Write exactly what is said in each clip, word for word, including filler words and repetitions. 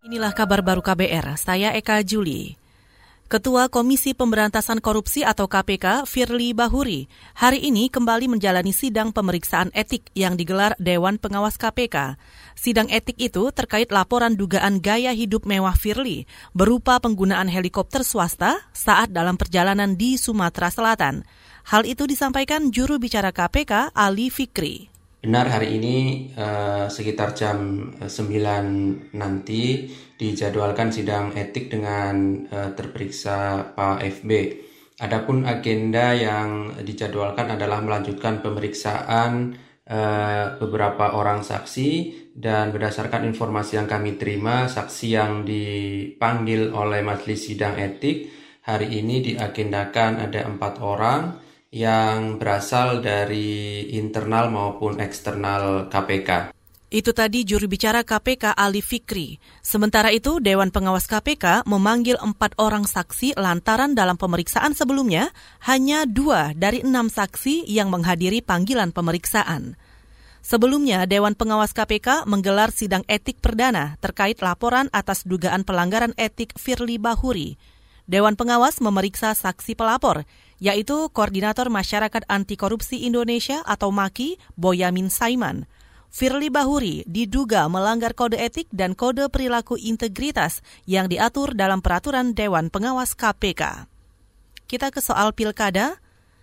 Inilah kabar baru K B R, saya Eka Juli. Ketua Komisi Pemberantasan Korupsi atau K P K, Firly Bahuri, hari ini kembali menjalani sidang pemeriksaan etik yang digelar Dewan Pengawas K P K. Sidang etik itu terkait laporan dugaan gaya hidup mewah Firly berupa penggunaan helikopter swasta saat dalam perjalanan di Sumatera Selatan. Hal itu disampaikan juru bicara K P K, Ali Fikri. Benar, hari ini eh, sekitar jam sembilan nanti dijadwalkan sidang etik dengan eh, terperiksa Pak F B. Adapun agenda yang dijadwalkan adalah melanjutkan pemeriksaan eh, beberapa orang saksi, dan berdasarkan informasi yang kami terima, saksi yang dipanggil oleh majelis sidang etik hari ini diagendakan ada empat orang yang berasal dari internal maupun eksternal K P K. Itu tadi juru bicara K P K Ali Fikri. Sementara itu, Dewan Pengawas K P K memanggil empat orang saksi lantaran dalam pemeriksaan sebelumnya hanya dua dari enam saksi yang menghadiri panggilan pemeriksaan. Sebelumnya, Dewan Pengawas K P K menggelar sidang etik perdana terkait laporan atas dugaan pelanggaran etik Firly Bahuri. Dewan Pengawas memeriksa saksi pelapor, yaitu Koordinator Masyarakat Anti Korupsi Indonesia atau MAKI, Boyamin Saiman. Firly Bahuri diduga melanggar kode etik dan kode perilaku integritas yang diatur dalam peraturan Dewan Pengawas K P K. Kita ke soal pilkada.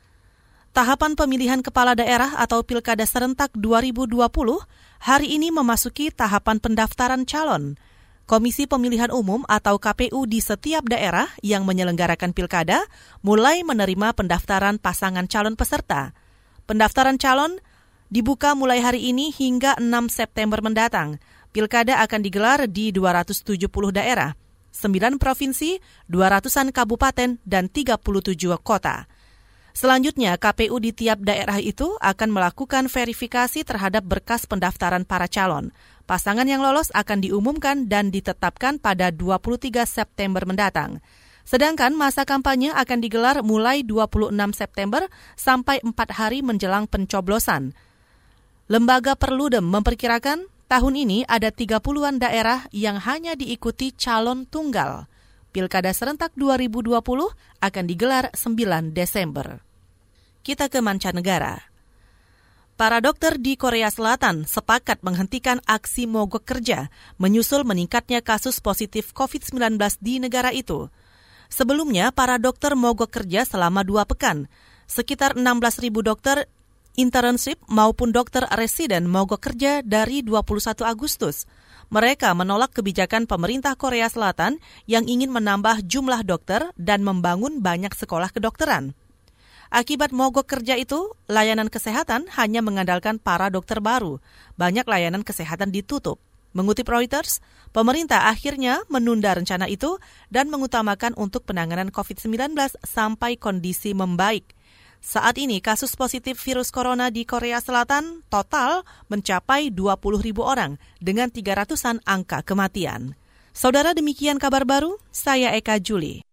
Tahapan pemilihan kepala daerah atau pilkada serentak dua ribu dua puluh hari ini memasuki tahapan pendaftaran calon. Komisi Pemilihan Umum atau K P U di setiap daerah yang menyelenggarakan pilkada mulai menerima pendaftaran pasangan calon peserta. Pendaftaran calon dibuka mulai hari ini hingga enam September mendatang. Pilkada akan digelar di dua ratus tujuh puluh daerah, sembilan provinsi, dua ratusan kabupaten, dan tiga puluh tujuh kota. Selanjutnya, K P U di tiap daerah itu akan melakukan verifikasi terhadap berkas pendaftaran para calon. Pasangan yang lolos akan diumumkan dan ditetapkan pada dua puluh tiga September mendatang. Sedangkan masa kampanye akan digelar mulai dua puluh enam September sampai empat hari menjelang pencoblosan. Lembaga Perludem memperkirakan tahun ini ada tiga puluhan daerah yang hanya diikuti calon tunggal. Pilkada serentak dua ribu dua puluh akan digelar sembilan Desember. Kita ke mancanegara. Para dokter di Korea Selatan sepakat menghentikan aksi mogok kerja menyusul meningkatnya kasus positif covid sembilan belas di negara itu. Sebelumnya, para dokter mogok kerja selama dua pekan. Sekitar enam belas ribu dokter internship maupun dokter residen mogok kerja dari dua puluh satu Agustus. Mereka menolak kebijakan pemerintah Korea Selatan yang ingin menambah jumlah dokter dan membangun banyak sekolah kedokteran. Akibat mogok kerja itu, layanan kesehatan hanya mengandalkan para dokter baru. Banyak layanan kesehatan ditutup. Mengutip Reuters, pemerintah akhirnya menunda rencana itu dan mengutamakan untuk penanganan covid sembilan belas sampai kondisi membaik. Saat ini kasus positif virus corona di Korea Selatan total mencapai dua puluh ribu orang dengan tiga ratusan angka kematian. Saudara, demikian kabar baru, saya Eka Juli.